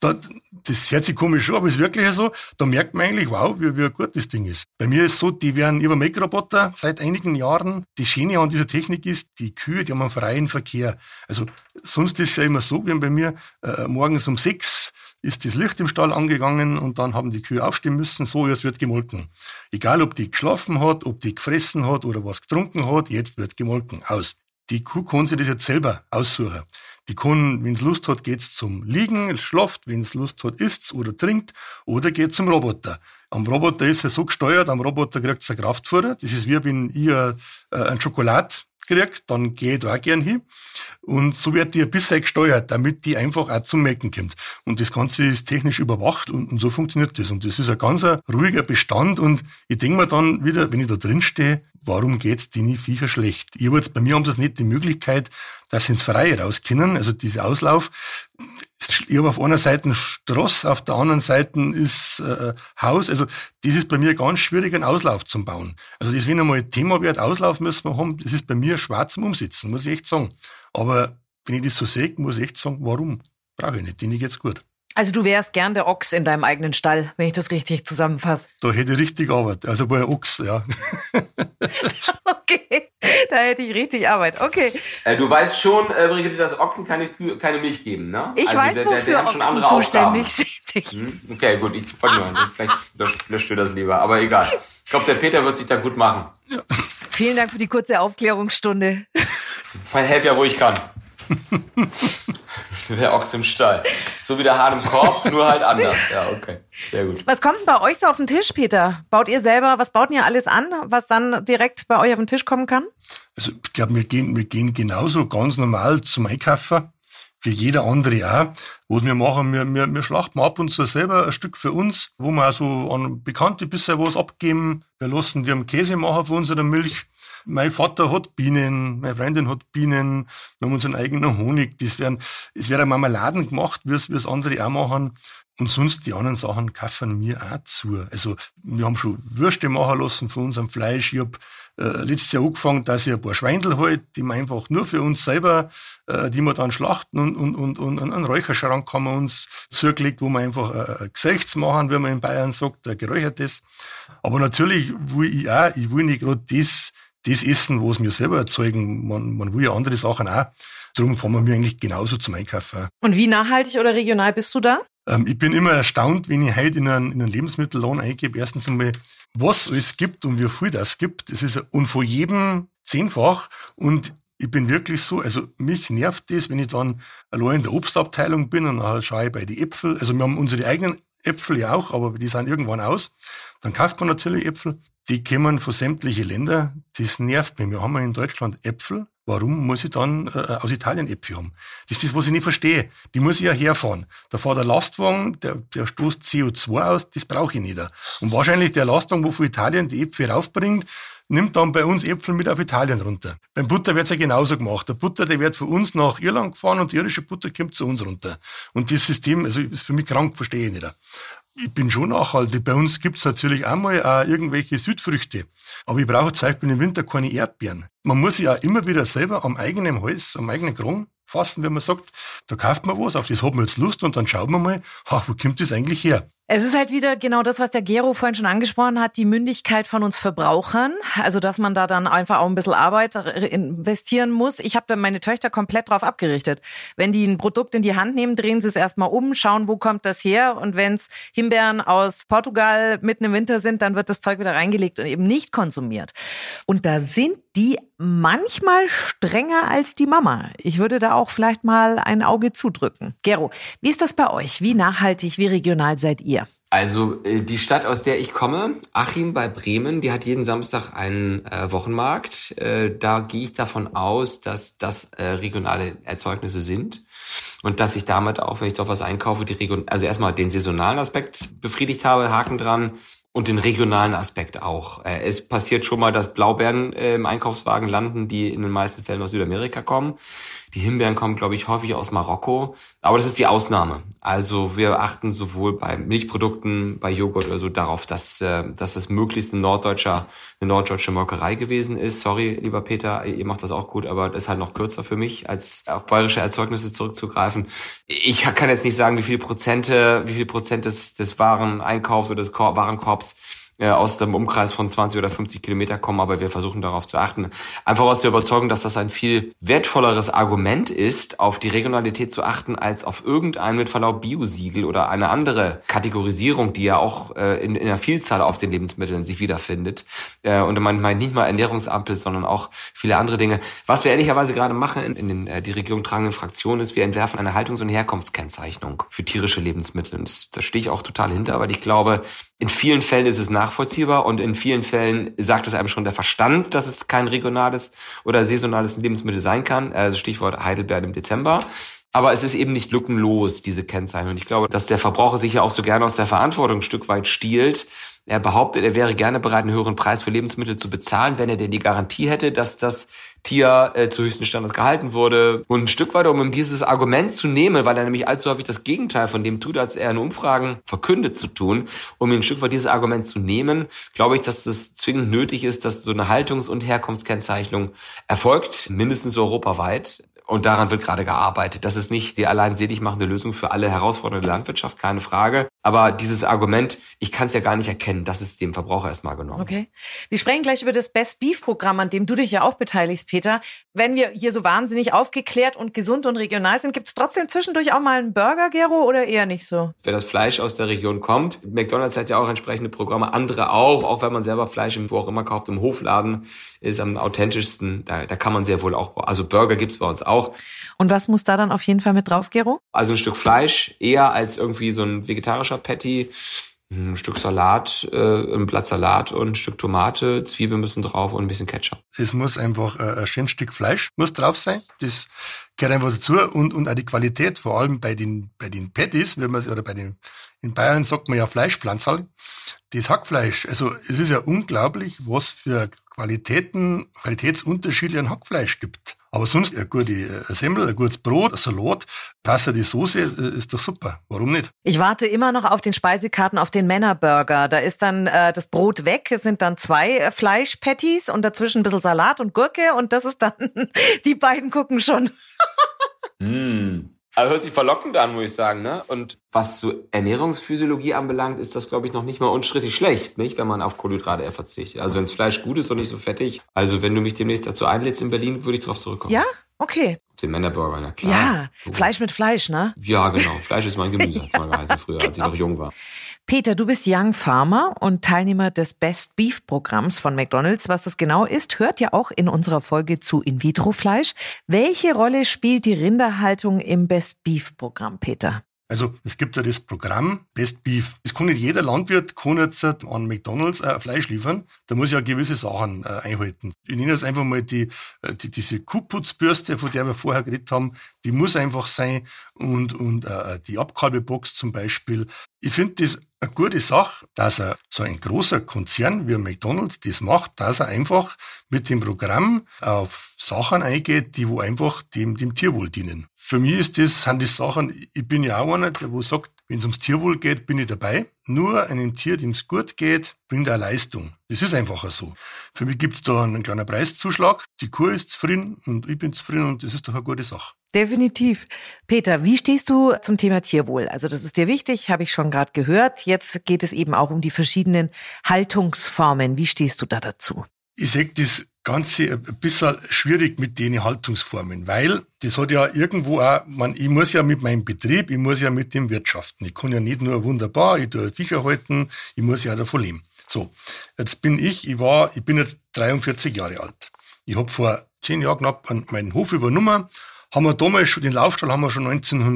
das hört sich komisch an, aber es ist wirklich so, da merkt man eigentlich, wow, wie gut das Ding ist. Bei mir ist es so, die werden über Melkroboter seit einigen Jahren. Die Schöne an dieser Technik ist, die Kühe, die haben einen freien Verkehr. Also sonst ist es ja immer so, wie bei mir, morgens um 6 ist das Licht im Stall angegangen und dann haben die Kühe aufstehen müssen, so, es wird gemolken. Egal, ob die geschlafen hat, ob die gefressen hat oder was getrunken hat, jetzt wird gemolken. Aus. Die Kuh kann sich das jetzt selber aussuchen. Die kann, wenn es Lust hat, geht's zum Liegen, schlaft, wenn es Lust hat, isst's oder trinkt oder geht zum Roboter. Am Roboter ist er so gesteuert, am Roboter kriegt es eine Kraftfutter. Das ist wie wenn ich ein Schokolade kriegt, dann gehe ich da auch gern hin. Und so wird die ein bisschen gesteuert, damit die einfach auch zum Melken kommt. Und das Ganze ist technisch überwacht und so funktioniert das. Und das ist ein ganz ruhiger Bestand. Und ich denke mir dann wieder, wenn ich da drin stehe, warum geht's den Viecher schlecht? Bei mir haben sie nicht die Möglichkeit, dass sie ins Freie raus können, also diese Auslauf. Ich habe auf einer Seite Straß, auf der anderen Seite ist Haus. Also das ist bei mir ganz schwierig, einen Auslauf zu bauen. Also das, wenn einmal Thema wird, Auslauf müssen wir haben, das ist bei mir schwer zum Umsetzen, muss ich echt sagen. Aber wenn ich das so sehe, muss ich echt sagen, warum? Brauche ich nicht, denen geht's gut. Also du wärst gern der Ochs in deinem eigenen Stall, wenn ich das richtig zusammenfasse. Da hätte ich richtig Arbeit. Also bei einem Ochs, ja. Okay, da hätte ich richtig Arbeit. Okay. Du weißt schon, Brigitte, dass Ochsen keine Milch geben, ne? Ich weiß, wofür Ochsen zuständig sind. Okay, gut, ich wollte nur. Vielleicht löscht du das lieber, aber egal. Ich glaube, der Peter wird sich da gut machen. Ja. Vielen Dank für die kurze Aufklärungsstunde. Ich helfe ja, wo ich kann. Der Ochs im Stall. So wie der Hahn im Korb, nur halt anders. Ja, okay. Sehr gut. Was kommt denn bei euch so auf den Tisch, Peter? Was baut ihr alles an, was dann direkt bei euch auf den Tisch kommen kann? Also ich glaube, wir gehen genauso ganz normal zum Einkaufen, wie jeder andere auch. Was wir machen, wir schlachten ab und zu selber ein Stück für uns, wo wir also an Bekannte bisher was abgeben. Wir haben Käse machen für unsere Milch. Mein Vater hat Bienen, meine Freundin hat Bienen, wir haben unseren eigenen Honig. Es werden Marmeladen gemacht, wie es andere auch machen. Und sonst die anderen Sachen kaufen wir auch zu. Also wir haben schon Würste machen lassen von unserem Fleisch. Ich habe letztes Jahr angefangen, dass ich ein paar Schweindel halt, die wir einfach nur für uns selber, die wir dann schlachten und einen Räucherschrank haben wir uns zugelegt, wo wir einfach ein Gesichts machen, wie man in Bayern sagt, ein geräuchertes. Aber natürlich ich will nicht gerade das essen, was wir selber erzeugen. Man will ja andere Sachen auch. Darum fahren wir eigentlich genauso zum Einkaufen. Und wie nachhaltig oder regional bist du da? Ich bin immer erstaunt, wenn ich heute in einen Lebensmittelladen eingebe. Erstens einmal, was es gibt und wie viel das gibt. Und von jedem 10-fach. Und ich bin wirklich so, also mich nervt das, wenn ich dann allein in der Obstabteilung bin und dann schaue ich bei die Äpfel. Also wir haben unsere eigenen Äpfel ja auch, aber die sind irgendwann aus. Dann kauft man natürlich Äpfel. Die kommen von sämtlichen Ländern. Das nervt mich. Wir haben ja in Deutschland Äpfel. Warum muss ich dann aus Italien Äpfel haben? Das ist das, was ich nicht verstehe. Die muss ich ja herfahren. Da fährt der Lastwagen, der stoßt CO2 aus, das brauche ich nicht. Und wahrscheinlich der Lastwagen, wo von Italien die Äpfel raufbringt, nimmt dann bei uns Äpfel mit auf Italien runter. Beim Butter wird's ja genauso gemacht. Der Butter, der wird von uns nach Irland gefahren und die irische Butter kommt zu uns runter. Und das System, also ist für mich krank, verstehe ich nicht. Ich bin schon nachhaltig. Bei uns gibt's natürlich auch mal irgendwelche Südfrüchte. Aber ich brauche zum Beispiel im Winter keine Erdbeeren. Man muss ja immer wieder selber am eigenen Hals, am eigenen Kragen fassen, wenn man sagt, da kauft man was, auf das hat man jetzt Lust und dann schaut man mal, wo kommt das eigentlich her? Es ist halt wieder genau das, was der Gero vorhin schon angesprochen hat, die Mündigkeit von uns Verbrauchern. Also, dass man da dann einfach auch ein bisschen Arbeit investieren muss. Ich habe da meine Töchter komplett drauf abgerichtet. Wenn die ein Produkt in die Hand nehmen, drehen sie es erstmal um, schauen, wo kommt das her. Und wenn es Himbeeren aus Portugal mitten im Winter sind, dann wird das Zeug wieder reingelegt und eben nicht konsumiert. Und da sind die manchmal strenger als die Mama. Ich würde da auch vielleicht mal ein Auge zudrücken. Gero, wie ist das bei euch? Wie nachhaltig, wie regional seid ihr? Also die Stadt, aus der ich komme, Achim bei Bremen, die hat jeden Samstag einen Wochenmarkt. Da gehe ich davon aus, dass das regionale Erzeugnisse sind und dass ich damit auch, wenn ich doch was einkaufe, also erstmal den saisonalen Aspekt befriedigt habe, Haken dran. Und den regionalen Aspekt auch. Es passiert schon mal, dass Blaubeeren im Einkaufswagen landen, die in den meisten Fällen aus Südamerika kommen. Die Himbeeren kommen, glaube ich, häufig aus Marokko. Aber das ist die Ausnahme. Also wir achten sowohl bei Milchprodukten, bei Joghurt oder so darauf, dass es möglichst eine norddeutsche Molkerei gewesen ist. Sorry, lieber Peter, ihr macht das auch gut, aber das ist halt noch kürzer für mich, als auf bayerische Erzeugnisse zurückzugreifen. Ich kann jetzt nicht sagen, wie viel Prozent des Wareneinkaufs oder des Warenkorbs aus dem Umkreis von 20 oder 50 Kilometer kommen, aber wir versuchen darauf zu achten. Einfach aus der Überzeugung, dass das ein viel wertvolleres Argument ist, auf die Regionalität zu achten, als auf irgendein, mit Verlaub, Biosiegel oder eine andere Kategorisierung, die ja auch in einer Vielzahl auf den Lebensmitteln sich wiederfindet. Und man meint nicht mal Ernährungsampel, sondern auch viele andere Dinge. Was wir ehrlicherweise gerade machen in den die Regierung tragenden Fraktionen ist, wir entwerfen eine Haltungs- und Herkunftskennzeichnung für tierische Lebensmittel. Und da stehe ich auch total hinter, weil ich glaube, in vielen Fällen ist es nachvollziehbar und in vielen Fällen sagt es einem schon der Verstand, dass es kein regionales oder saisonales Lebensmittel sein kann. Also Stichwort Heidelbeeren im Dezember. Aber es ist eben nicht lückenlos, diese Kennzeichnung. Und ich glaube, dass der Verbraucher sich ja auch so gerne aus der Verantwortung ein Stück weit stiehlt. Er behauptet, er wäre gerne bereit, einen höheren Preis für Lebensmittel zu bezahlen, wenn er denn die Garantie hätte, dass das Tier zu höchsten Standards gehalten wurde. Und ein Stück weit, um ihm dieses Argument zu nehmen, weil er nämlich allzu häufig das Gegenteil von dem tut, als er in Umfragen verkündet zu tun, um ihm ein Stück weit dieses Argument zu nehmen, glaube ich, dass es zwingend nötig ist, dass so eine Haltungs- und Herkunftskennzeichnung erfolgt, mindestens europaweit. Und daran wird gerade gearbeitet. Das ist nicht die allein selig machende Lösung für alle Herausforderungen der Landwirtschaft, keine Frage. Aber dieses Argument, ich kann es ja gar nicht erkennen, das ist dem Verbraucher erstmal genommen. Okay. Wir sprechen gleich über das Best Beef Programm, an dem du dich ja auch beteiligst, Peter. Wenn wir hier so wahnsinnig aufgeklärt und gesund und regional sind, gibt es trotzdem zwischendurch auch mal einen Burger, Gero, oder eher nicht so? Wenn das Fleisch aus der Region kommt, McDonald's hat ja auch entsprechende Programme, andere auch wenn man selber Fleisch wo auch immer kauft, im Hofladen ist am authentischsten, da kann man sehr wohl auch, also Burger gibt's bei uns auch. Und was muss da dann auf jeden Fall mit drauf, Gero? Also ein Stück Fleisch eher als irgendwie so ein vegetarischer Patty, ein Stück Salat, ein Blatt Salat und ein Stück Tomate, Zwiebeln müssen drauf und ein bisschen Ketchup. Es muss einfach ein schönes Stück Fleisch muss drauf sein. Das gehört einfach dazu und auch die Qualität, vor allem bei den Patties, in Bayern sagt man ja Fleischpflanzerl. Das Hackfleisch, also es ist ja unglaublich, was für Qualitätsunterschiede an Hackfleisch gibt. Aber sonst eine gute Semmel, ein gutes Brot, ein Salat, Pasta, die Soße ist doch super. Warum nicht? Ich warte immer noch auf den Speisekarten, auf den Männerburger. Da ist dann das Brot weg, es sind dann 2 Fleischpatties und dazwischen ein bisschen Salat und Gurke und das ist dann, die beiden gucken schon. Also hört sich verlockend an, muss ich sagen, ne? Und was so Ernährungsphysiologie anbelangt, ist das, glaube ich, noch nicht mal unstrittig schlecht, nicht? Wenn man auf Kohlenhydrate eher verzichtet. Also wenn das Fleisch gut ist und nicht so fettig. Also wenn du mich demnächst dazu einlädst in Berlin, würde ich drauf zurückkommen. Ja? Okay. Den Männerburger, na klar. Ja, so. Fleisch mit Fleisch, ne? Ja, genau. Fleisch ist mein Gemüse, hat's mal geheißen früher, als ich noch jung war. Peter, du bist Young Farmer und Teilnehmer des Best Beef Programms von McDonald's. Was das genau ist, hört ihr auch in unserer Folge zu In-vitro-Fleisch. Welche Rolle spielt die Rinderhaltung im Best Beef Programm, Peter? Also es gibt ja das Programm Best Beef. Es kann nicht jeder Landwirt jetzt an McDonald's Fleisch liefern. Da muss ja gewisse Sachen einhalten. Ich nenne jetzt einfach mal diese Kuhputzbürste, von der wir vorher geredet haben, die muss einfach sein. Und die Abkalbebox zum Beispiel. Ich finde das eine gute Sache, dass so ein großer Konzern wie McDonald's das macht, dass er einfach mit dem Programm auf Sachen eingeht, die wo einfach dem Tierwohl dienen. Für mich sind das Sachen, ich bin ja auch einer, der wo sagt, wenn es ums Tierwohl geht, bin ich dabei. Nur einem Tier, dem es gut geht, bringt er Leistung. Das ist einfach so. Für mich gibt es da einen kleinen Preiszuschlag. Die Kuh ist zufrieden und ich bin zufrieden und das ist doch eine gute Sache. Definitiv. Peter, wie stehst du zum Thema Tierwohl? Also das ist dir wichtig, habe ich schon gerade gehört. Jetzt geht es eben auch um die verschiedenen Haltungsformen. Wie stehst du da dazu? Ich sehe das Ganze ein bisschen schwierig mit den Haltungsformen, weil das hat ja irgendwo auch, ich muss ja mit meinem Betrieb, ich muss ja mit dem wirtschaften. Ich kann ja nicht nur wunderbar, ich tue Viecher halten, ich muss ja davon leben. So, jetzt bin ich bin jetzt 43 Jahre alt. Ich habe vor 10 Jahren knapp meinen Hof übernommen. Haben wir damals schon, den Laufstall haben wir schon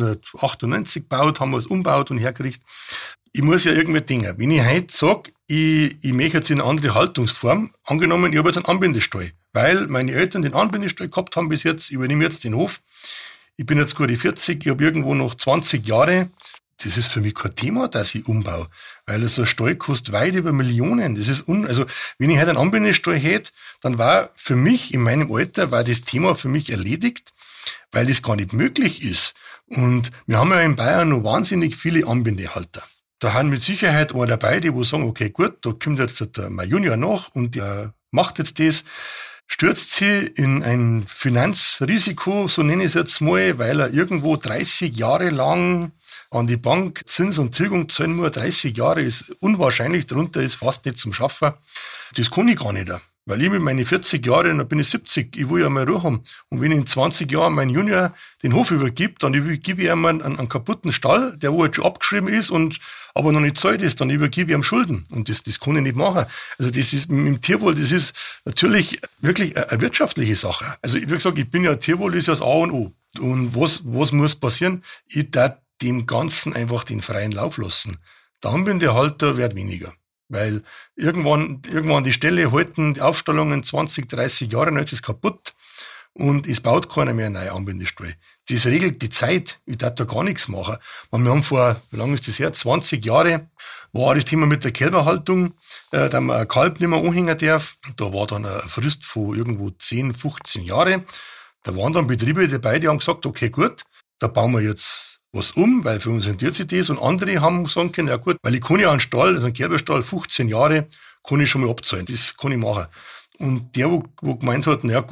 1998 gebaut, haben wir es umgebaut und hergerichtet. Ich muss ja irgendwie Dinge. Wenn ich heute sage, ich möchte jetzt in eine andere Haltungsform, angenommen, ich habe jetzt einen Anbindestall, weil meine Eltern den Anbindestall gehabt haben bis jetzt, ich übernehme jetzt den Hof. Ich bin jetzt gute 40, ich habe irgendwo noch 20 Jahre. Das ist für mich kein Thema, dass ich umbaue, weil so ein Stall kostet weit über Millionen. Das ist also wenn ich heute einen Anbindestall hätte, dann war für mich, in meinem Alter, war das Thema für mich erledigt, weil das gar nicht möglich ist. Und wir haben ja in Bayern noch wahnsinnig viele Anbindehalter. Da haben mit Sicherheit einer dabei, die wo sagen, okay, gut, da kommt jetzt mein Junior nach und der macht jetzt das, stürzt sie in ein Finanzrisiko, so nenne ich es jetzt mal, weil er irgendwo 30 Jahre lang an die Bank Zins und Tilgung zahlen muss. 30 Jahre ist unwahrscheinlich, darunter ist fast nicht zum Schaffen. Das kann ich gar nicht. Weil ich mit meinen 40 Jahren, dann bin ich 70, ich will ja mal Ruhe haben. Und wenn ich in 20 Jahren mein Junior den Hof übergibt, dann übergebe ich ihm einen kaputten Stall, der wo jetzt schon abgeschrieben ist und aber noch nicht zahlt ist, dann übergebe ich ihm Schulden. Und das kann ich nicht machen. Also das ist mit dem Tierwohl, das ist natürlich wirklich eine wirtschaftliche Sache. Also wie gesagt, ich bin ja, Tierwohl ist ja das A und O. Und was muss passieren? Ich darf dem Ganzen einfach den freien Lauf lassen. Der Anbindehalter wird weniger. Weil irgendwann die Ställe halten, die Aufstallungen 20, 30 Jahre, dann ist es kaputt und es baut keiner mehr einen neuen Anbindestall. Das regelt die Zeit. Ich darf da gar nichts machen. Wir haben wie lange ist das her? 20 Jahre war das Thema mit der Kälberhaltung, da man ein Kalb nicht mehr anhängen darf. Da war dann eine Frist von irgendwo 10, 15 Jahre. Da waren dann Betriebe dabei, die haben gesagt, okay, gut, da bauen wir jetzt was weil für uns rentiert sich das. Und andere haben gesagt können, ja gut, weil ich kann ja einen Stall, also einen Kälberstall, 15 Jahre, kann ich schon mal abzahlen. Das kann ich machen. Und der, wo gemeint hat, na gut,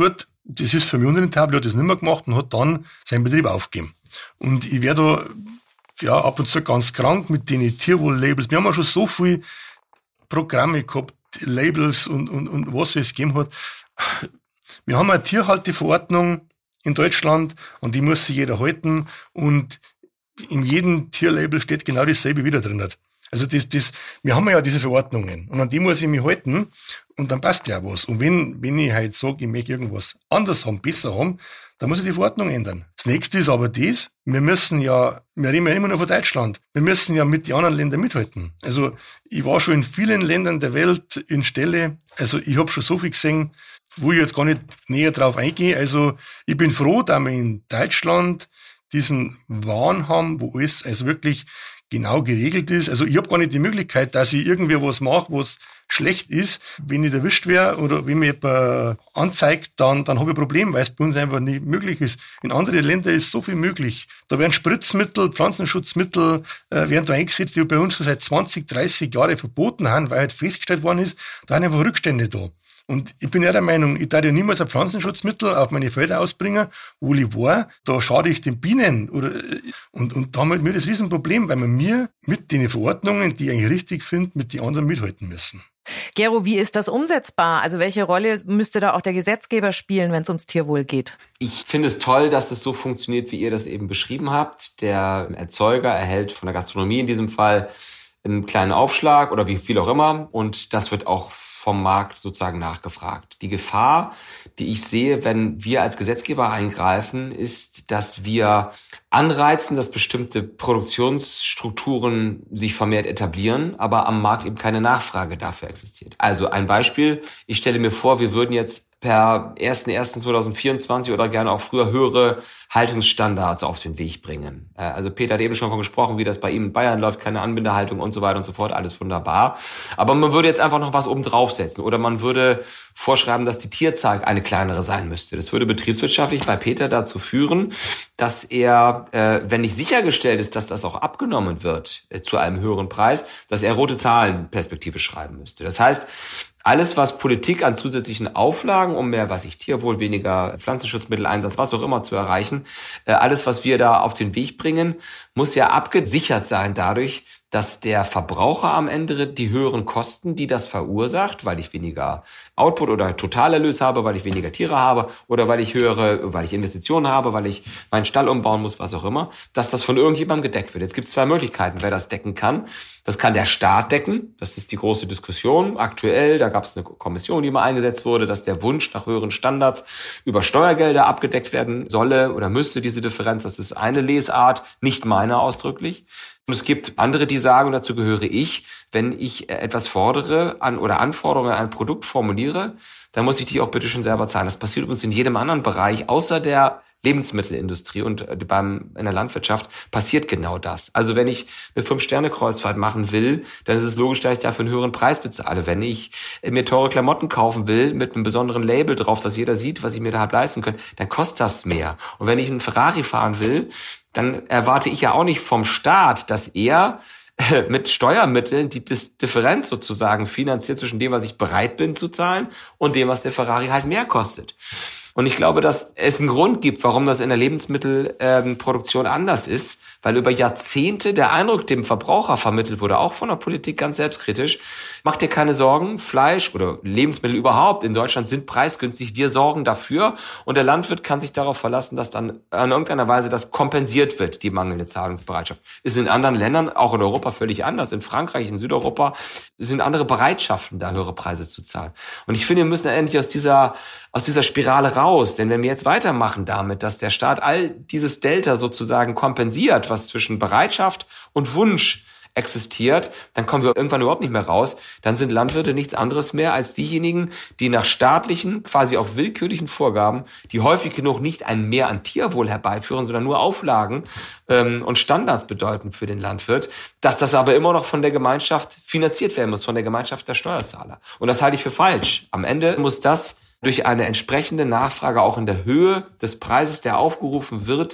das ist für mich unrentabel, hat das nicht mehr gemacht und hat dann seinen Betrieb aufgegeben. Und ich werde da ab und zu ganz krank mit den Tierwohl-Labels. Wir haben ja schon so viele Programme gehabt, Labels und was es gegeben hat. Wir haben eine Tierhalteverordnung in Deutschland und die muss sich jeder halten und in jedem Tierlabel steht genau dasselbe wieder drin. Also wir haben ja diese Verordnungen und an die muss ich mich halten und dann passt ja auch was. Und wenn ich halt sage, ich möchte irgendwas anders haben, besser haben, dann muss ich die Verordnung ändern. Das nächste ist aber wir reden ja immer noch von Deutschland, wir müssen ja mit den anderen Ländern mithalten. Also ich war schon in vielen Ländern der Welt in Ställe, also ich habe schon so viel gesehen, wo ich jetzt gar nicht näher drauf eingehe. Also ich bin froh, dass wir in Deutschland diesen Wahn haben, wo alles also wirklich genau geregelt ist. Also ich habe gar nicht die Möglichkeit, dass ich irgendwie was mache, was schlecht ist. Wenn ich erwischt wäre oder wenn mir jemand anzeigt, dann habe ich ein Problem, weil es bei uns einfach nicht möglich ist. In anderen Ländern ist so viel möglich. Da werden Spritzmittel, Pflanzenschutzmittel werden da eingesetzt, die bei uns schon seit 20, 30 Jahren verboten haben, weil halt festgestellt worden ist, da sind einfach Rückstände da. Und ich bin ja der Meinung, ich darf ja niemals ein Pflanzenschutzmittel auf meine Felder ausbringen, wo ich war, da schade ich den Bienen. Und da haben wir das Riesenproblem, weil wir mit den Verordnungen, die ich eigentlich richtig finde, mit den anderen mithalten müssen. Gero, wie ist das umsetzbar? Also welche Rolle müsste da auch der Gesetzgeber spielen, wenn es ums Tierwohl geht? Ich finde es toll, dass das so funktioniert, wie ihr das eben beschrieben habt. Der Erzeuger erhält von der Gastronomie in diesem Fall einen kleinen Aufschlag oder wie viel auch immer und das wird auch vom Markt sozusagen nachgefragt. Die Gefahr, die ich sehe, wenn wir als Gesetzgeber eingreifen, ist, dass wir anreizen, dass bestimmte Produktionsstrukturen sich vermehrt etablieren, aber am Markt eben keine Nachfrage dafür existiert. Also ein Beispiel, ich stelle mir vor, wir würden jetzt per 1.1.2024 oder gerne auch früher höhere Haltungsstandards auf den Weg bringen. Also Peter hat eben schon von gesprochen, wie das bei ihm in Bayern läuft, keine Anbindehaltung und so weiter und so fort, alles wunderbar. Aber man würde jetzt einfach noch was oben draufsetzen oder man würde vorschreiben, dass die Tierzahl eine kleinere sein müsste. Das würde betriebswirtschaftlich bei Peter dazu führen, dass er, wenn nicht sichergestellt ist, dass das auch abgenommen wird zu einem höheren Preis, dass er rote Zahlen perspektivisch schreiben müsste. Das heißt, alles, was Politik an zusätzlichen Auflagen, um mehr, Tierwohl, weniger Pflanzenschutzmitteleinsatz, was auch immer zu erreichen, alles, was wir da auf den Weg bringen, muss ja abgesichert sein dadurch, dass der Verbraucher am Ende die höheren Kosten, die das verursacht, weil ich weniger Output oder Totalerlös habe, weil ich weniger Tiere habe oder weil ich Investitionen habe, weil ich meinen Stall umbauen muss, was auch immer, dass das von irgendjemandem gedeckt wird. Jetzt gibt es zwei Möglichkeiten, wer das decken kann. Das kann der Staat decken. Das ist die große Diskussion. Aktuell, da gab es eine Kommission, die mal eingesetzt wurde, dass der Wunsch nach höheren Standards über Steuergelder abgedeckt werden solle oder müsste, diese Differenz. Das ist eine Lesart, nicht meine ausdrücklich. Und es gibt andere, die sagen, und dazu gehöre ich, wenn ich etwas fordere oder Anforderungen an ein Produkt formuliere, dann muss ich die auch bitte schon selber zahlen. Das passiert übrigens in jedem anderen Bereich, außer der Lebensmittelindustrie und in der Landwirtschaft passiert genau das. Also wenn ich eine 5-Sterne-Kreuzfahrt machen will, dann ist es logisch, dass ich dafür einen höheren Preis bezahle. Wenn ich mir teure Klamotten kaufen will, mit einem besonderen Label drauf, dass jeder sieht, was ich mir da habe leisten können, dann kostet das mehr. Und wenn ich einen Ferrari fahren will, dann erwarte ich ja auch nicht vom Staat, dass er mit Steuermitteln die Differenz sozusagen finanziert zwischen dem, was ich bereit bin zu zahlen und dem, was der Ferrari halt mehr kostet. Und ich glaube, dass es einen Grund gibt, warum das in der Lebensmittelproduktion anders ist, weil über Jahrzehnte der Eindruck dem Verbraucher vermittelt wurde, auch von der Politik ganz selbstkritisch. Mach dir keine Sorgen, Fleisch oder Lebensmittel überhaupt in Deutschland sind preisgünstig, wir sorgen dafür und der Landwirt kann sich darauf verlassen, dass dann in irgendeiner Weise das kompensiert wird, die mangelnde Zahlungsbereitschaft. Ist in anderen Ländern, auch in Europa völlig anders, in Frankreich, in Südeuropa sind andere Bereitschaften, da höhere Preise zu zahlen. Und ich finde, wir müssen endlich aus dieser Spirale raus, denn wenn wir jetzt weitermachen damit, dass der Staat all dieses Delta sozusagen kompensiert, was zwischen Bereitschaft und Wunsch existiert, dann kommen wir irgendwann überhaupt nicht mehr raus. Dann sind Landwirte nichts anderes mehr als diejenigen, die nach staatlichen, quasi auch willkürlichen Vorgaben, die häufig genug nicht ein Mehr an Tierwohl herbeiführen, sondern nur Auflagen und Standards bedeuten für den Landwirt, dass das aber immer noch von der Gemeinschaft finanziert werden muss, von der Gemeinschaft der Steuerzahler. Und das halte ich für falsch. Am Ende muss das durch eine entsprechende Nachfrage auch in der Höhe des Preises, der aufgerufen wird,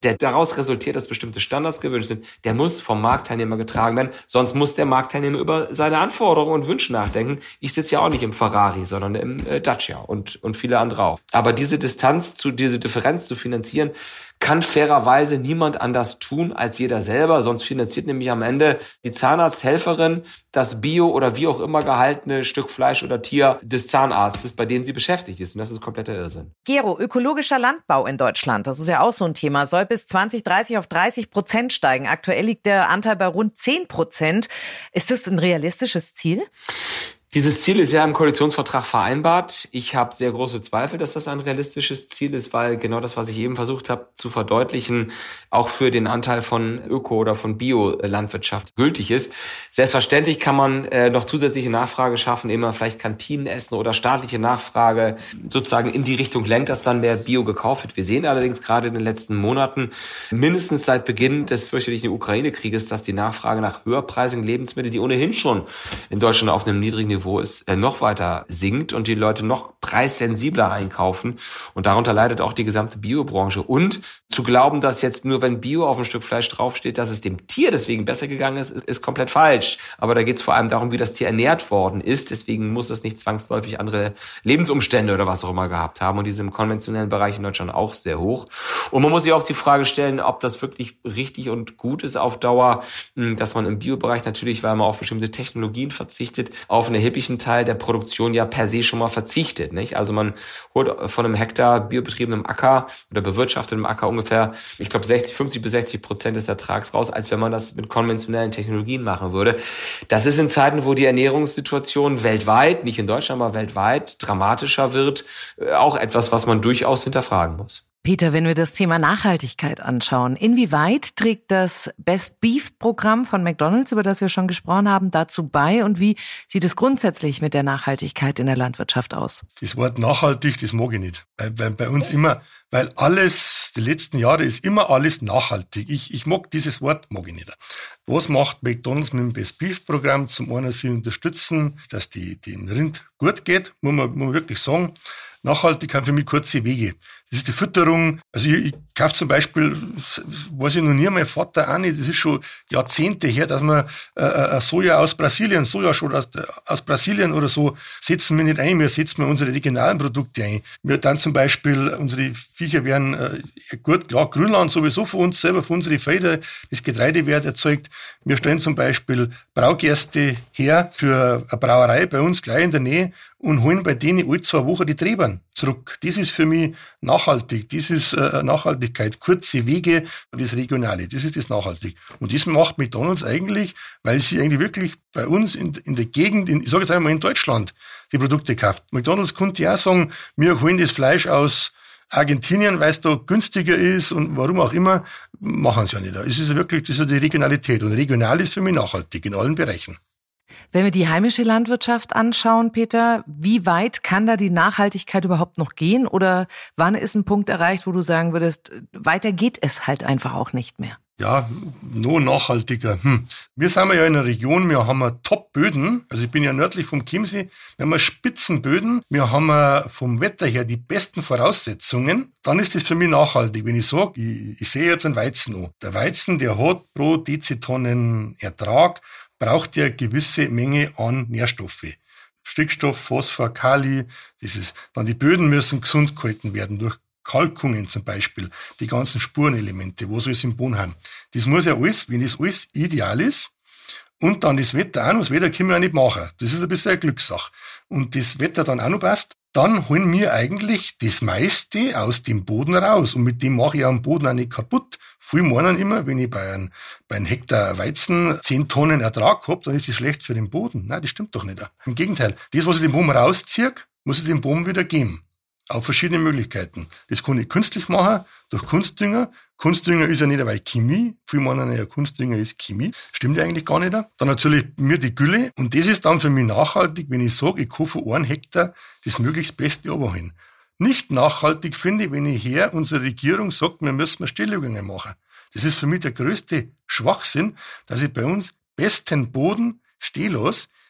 der daraus resultiert, dass bestimmte Standards gewünscht sind, der muss vom Marktteilnehmer getragen werden. Sonst muss der Marktteilnehmer über seine Anforderungen und Wünsche nachdenken. Ich sitze ja auch nicht im Ferrari, sondern im Dacia und viele andere auch. Aber diese Differenz zu finanzieren, kann fairerweise niemand anders tun als jeder selber, sonst finanziert nämlich am Ende die Zahnarzthelferin das Bio oder wie auch immer gehaltene Stück Fleisch oder Tier des Zahnarztes, bei dem sie beschäftigt ist. Und das ist kompletter Irrsinn. Gero, ökologischer Landbau in Deutschland, das ist ja auch so ein Thema, soll bis 2030 auf 30% steigen. Aktuell liegt der Anteil bei rund 10%. Ist das ein realistisches Ziel? Dieses Ziel ist ja im Koalitionsvertrag vereinbart. Ich habe sehr große Zweifel, dass das ein realistisches Ziel ist, weil genau das, was ich eben versucht habe zu verdeutlichen, auch für den Anteil von Öko- oder von Biolandwirtschaft gültig ist. Selbstverständlich kann man noch zusätzliche Nachfrage schaffen, indem man vielleicht Kantinen essen oder staatliche Nachfrage sozusagen in die Richtung lenkt, dass dann mehr Bio gekauft wird. Wir sehen allerdings gerade in den letzten Monaten, mindestens seit Beginn des fürchterlichen Ukraine-Krieges, dass die Nachfrage nach höherpreisigen Lebensmitteln, die ohnehin schon in Deutschland auf einem niedrigen Niveau ist, noch weiter sinkt und die Leute noch preissensibler einkaufen. Und darunter leidet auch die gesamte Biobranche. Und zu glauben, dass jetzt nur wenn Bio auf ein Stück Fleisch draufsteht, dass es dem Tier deswegen besser gegangen ist komplett falsch. Aber da geht es vor allem darum, wie das Tier ernährt worden ist. Deswegen muss es nicht zwangsläufig andere Lebensumstände oder was auch immer gehabt haben. Und die sind im konventionellen Bereich in Deutschland auch sehr hoch. Und man muss sich auch die Frage stellen, ob das wirklich richtig und gut ist auf Dauer, dass man im Biobereich natürlich, weil man auf bestimmte Technologien verzichtet, auf einen erheblichen Teil der Produktion ja per se schon mal verzichtet, nicht? Also man holt von einem Hektar biobetriebenem Acker oder bewirtschaftetem Acker ungefähr, ich glaube 50 bis 60% des Ertrags raus, als wenn man das mit konventionellen Technologien machen würde. Das ist in Zeiten, wo die Ernährungssituation weltweit, nicht in Deutschland, aber weltweit dramatischer wird, auch etwas, was man durchaus hinterfragen muss. Peter, wenn wir das Thema Nachhaltigkeit anschauen, inwieweit trägt das Best Beef Programm von McDonald's, über das wir schon gesprochen haben, dazu bei und wie sieht es grundsätzlich mit der Nachhaltigkeit in der Landwirtschaft aus? Das Wort nachhaltig, das mag ich nicht. Weil bei uns immer, weil alles, die letzten Jahre ist immer alles nachhaltig. Ich mag dieses Wort, mag ich nicht. Was macht McDonald's mit dem Best Beef Programm? Zum einen sie unterstützen, dass den Rind gut geht, muss man wirklich sagen. Nachhaltigkeit für mich kurze Wege. Das ist die Fütterung. Also ich kaufe zum Beispiel, weiß ich noch nie, mein Vater auch nicht, das ist schon Jahrzehnte her, dass wir Soja aus Brasilien, Sojaschote aus Brasilien oder so, setzen wir nicht ein, wir setzen unsere regionalen Produkte ein. Wir dann zum Beispiel, unsere Viecher werden gut, klar, Grünland sowieso für uns selber, für unsere Felder, das Getreide wird erzeugt. Wir stellen zum Beispiel Braugerste her für eine Brauerei bei uns gleich in der Nähe und holen bei denen alle 2 Wochen die Trebern zurück. Das ist für mich nachhaltig. Das ist Nachhaltigkeit. Kurze Wege, das Regionale. Das ist das nachhaltig. Und das macht McDonald's eigentlich, weil sie eigentlich wirklich bei uns in der Gegend, ich sage jetzt einmal in Deutschland, die Produkte kauft. McDonald's könnte ja auch sagen, wir holen das Fleisch aus Argentinien, weil es da günstiger ist und warum auch immer, machen sie ja nicht. Es ist wirklich, das ist die Regionalität. Und regional ist für mich nachhaltig in allen Bereichen. Wenn wir die heimische Landwirtschaft anschauen, Peter, wie weit kann da die Nachhaltigkeit überhaupt noch gehen? Oder wann ist ein Punkt erreicht, wo du sagen würdest, weiter geht es halt einfach auch nicht mehr? Ja, noch nachhaltiger. Wir sind ja in einer Region, wir haben Top-Böden. Also ich bin ja nördlich vom Chiemsee. Wir haben Spitzenböden. Wir haben vom Wetter her die besten Voraussetzungen. Dann ist das für mich nachhaltig. Wenn ich sage, ich sehe jetzt einen Weizen an. Der Weizen, der hat pro Dezitonnen Ertrag, braucht ja gewisse Menge an Nährstoffe. Stickstoff, Phosphor, Kali, dann die Böden müssen gesund gehalten werden durch Kalkungen zum Beispiel, die ganzen Spurenelemente, was alles im Boden haben. Das muss ja alles, wenn das alles ideal ist, und dann das Wetter auch noch, das Wetter können wir auch nicht machen. Das ist ein bisschen eine Glückssache. Und das Wetter dann auch noch passt, dann holen wir eigentlich das meiste aus dem Boden raus. Und mit dem mache ich auch den Boden auch nicht kaputt. Viele meinen immer, wenn ich bei einem Hektar Weizen 10 Tonnen Ertrag habe, dann ist das schlecht für den Boden. Nein, das stimmt doch nicht. Im Gegenteil. Das, was ich dem Boden rausziehe, muss ich dem Boden wieder geben. Auf verschiedene Möglichkeiten. Das kann ich künstlich machen, durch Kunstdünger. Kunstdünger ist ja nicht dabei Chemie. Viele meinen ja, Kunstdünger ist Chemie. Stimmt ja eigentlich gar nicht. Dann natürlich mir die Gülle. Und das ist dann für mich nachhaltig, wenn ich sage, ich kann von 1 Hektar das möglichst Beste runterholen. Nicht nachhaltig finde ich, wenn ich her unsere Regierung sagt, wir müssen Stilllegungen machen. Das ist für mich der größte Schwachsinn, dass ich bei uns besten Boden stehen lasse,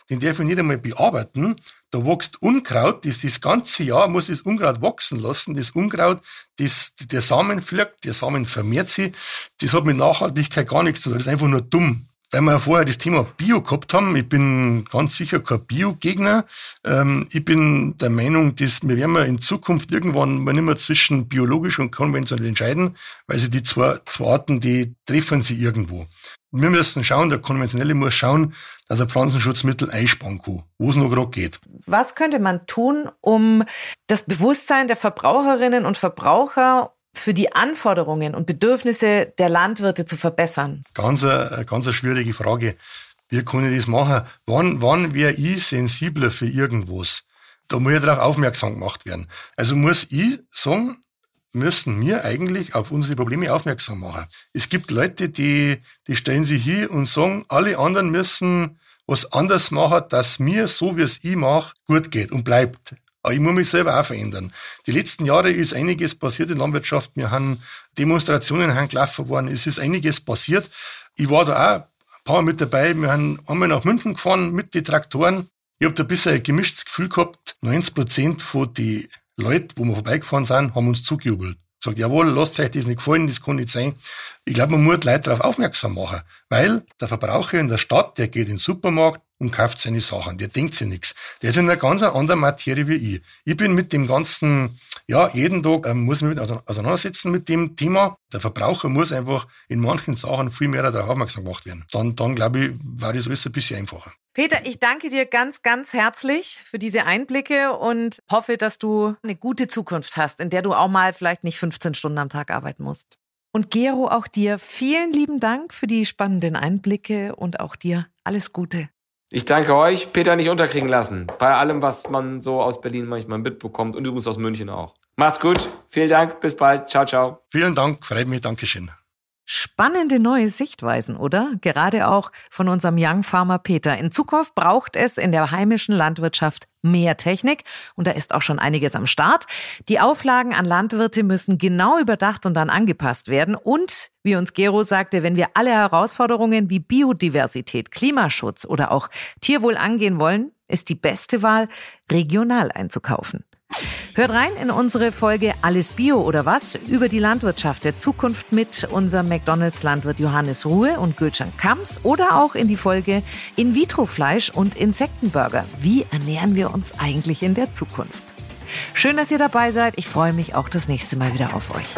den darf ich nicht einmal bearbeiten. Da wächst Unkraut, das ganze Jahr muss das Unkraut wachsen lassen. Das Unkraut, der Samen pflückt, der Samen vermehrt sich. Das hat mit Nachhaltigkeit gar nichts zu tun. Das ist einfach nur dumm. Weil wir ja vorher das Thema Bio gehabt haben, ich bin ganz sicher kein Bio-Gegner. Ich bin der Meinung, dass wir werden in Zukunft irgendwann mal nicht mehr zwischen biologisch und konventionell entscheiden, weil sie die zwei Arten, die treffen sie irgendwo. Wir müssen schauen, der Konventionelle muss schauen, dass er Pflanzenschutzmittel einsparen kann, wo es noch gerade geht. Was könnte man tun, um das Bewusstsein der Verbraucherinnen und Verbraucher für die Anforderungen und Bedürfnisse der Landwirte zu verbessern? Ganz eine schwierige Frage. Wie kann ich das machen? Wann wäre ich sensibler für irgendwas? Da muss ich darauf aufmerksam gemacht werden. Also muss ich sagen, müssen wir eigentlich auf unsere Probleme aufmerksam machen. Es gibt Leute, die stellen sich hin und sagen, alle anderen müssen was anders machen, dass mir, so wie es ich mache, gut geht und bleibt. Aber ich muss mich selber auch verändern. Die letzten Jahre ist einiges passiert in der Landwirtschaft. Wir haben Demonstrationen gelaufen worden. Es ist einiges passiert. Ich war da auch ein paar Mal mit dabei. Wir haben einmal nach München gefahren mit den Traktoren. Ich habe da ein bisschen ein gemischtes Gefühl gehabt. 90% von den Leuten, wo wir vorbeigefahren sind, haben uns zugejubelt. Sagt, jawohl, lasst euch das nicht gefallen, das kann nicht sein. Ich glaube, man muss die Leute darauf aufmerksam machen, weil der Verbraucher in der Stadt, der geht in den Supermarkt und kauft seine Sachen. Der denkt sich nichts. Der ist in einer ganz anderen Materie wie ich. Ich bin mit dem ganzen, jeden Tag muss ich mich auseinandersetzen mit dem Thema. Der Verbraucher muss einfach in manchen Sachen viel mehr darauf aufmerksam gemacht werden. Dann glaube ich, war das alles ein bisschen einfacher. Peter, ich danke dir ganz, ganz herzlich für diese Einblicke und hoffe, dass du eine gute Zukunft hast, in der du auch mal vielleicht nicht 15 Stunden am Tag arbeiten musst. Und Gero, auch dir vielen lieben Dank für die spannenden Einblicke und auch dir alles Gute. Ich danke euch, Peter nicht unterkriegen lassen. Bei allem, was man so aus Berlin manchmal mitbekommt und übrigens aus München auch. Macht's gut, vielen Dank, bis bald, ciao, ciao. Vielen Dank, freut mich, Dankeschön. Spannende neue Sichtweisen, oder? Gerade auch von unserem Young Farmer Peter. In Zukunft braucht es in der heimischen Landwirtschaft mehr Technik und da ist auch schon einiges am Start. Die Auflagen an Landwirte müssen genau überdacht und dann angepasst werden. Und, wie uns Gero sagte, wenn wir alle Herausforderungen wie Biodiversität, Klimaschutz oder auch Tierwohl angehen wollen, ist die beste Wahl, regional einzukaufen. Hört rein in unsere Folge Alles Bio oder was? Über die Landwirtschaft der Zukunft mit unserem McDonalds-Landwirt Johannes Ruhe und Gülcan Kamps oder auch in die Folge In-vitro-Fleisch und Insektenburger. Wie ernähren wir uns eigentlich in der Zukunft? Schön, dass ihr dabei seid. Ich freue mich auch das nächste Mal wieder auf euch.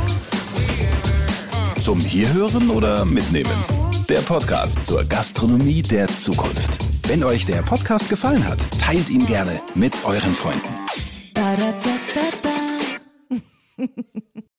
Zum Hierhören oder Mitnehmen? Der Podcast zur Gastronomie der Zukunft. Wenn euch der Podcast gefallen hat, teilt ihn gerne mit euren Freunden.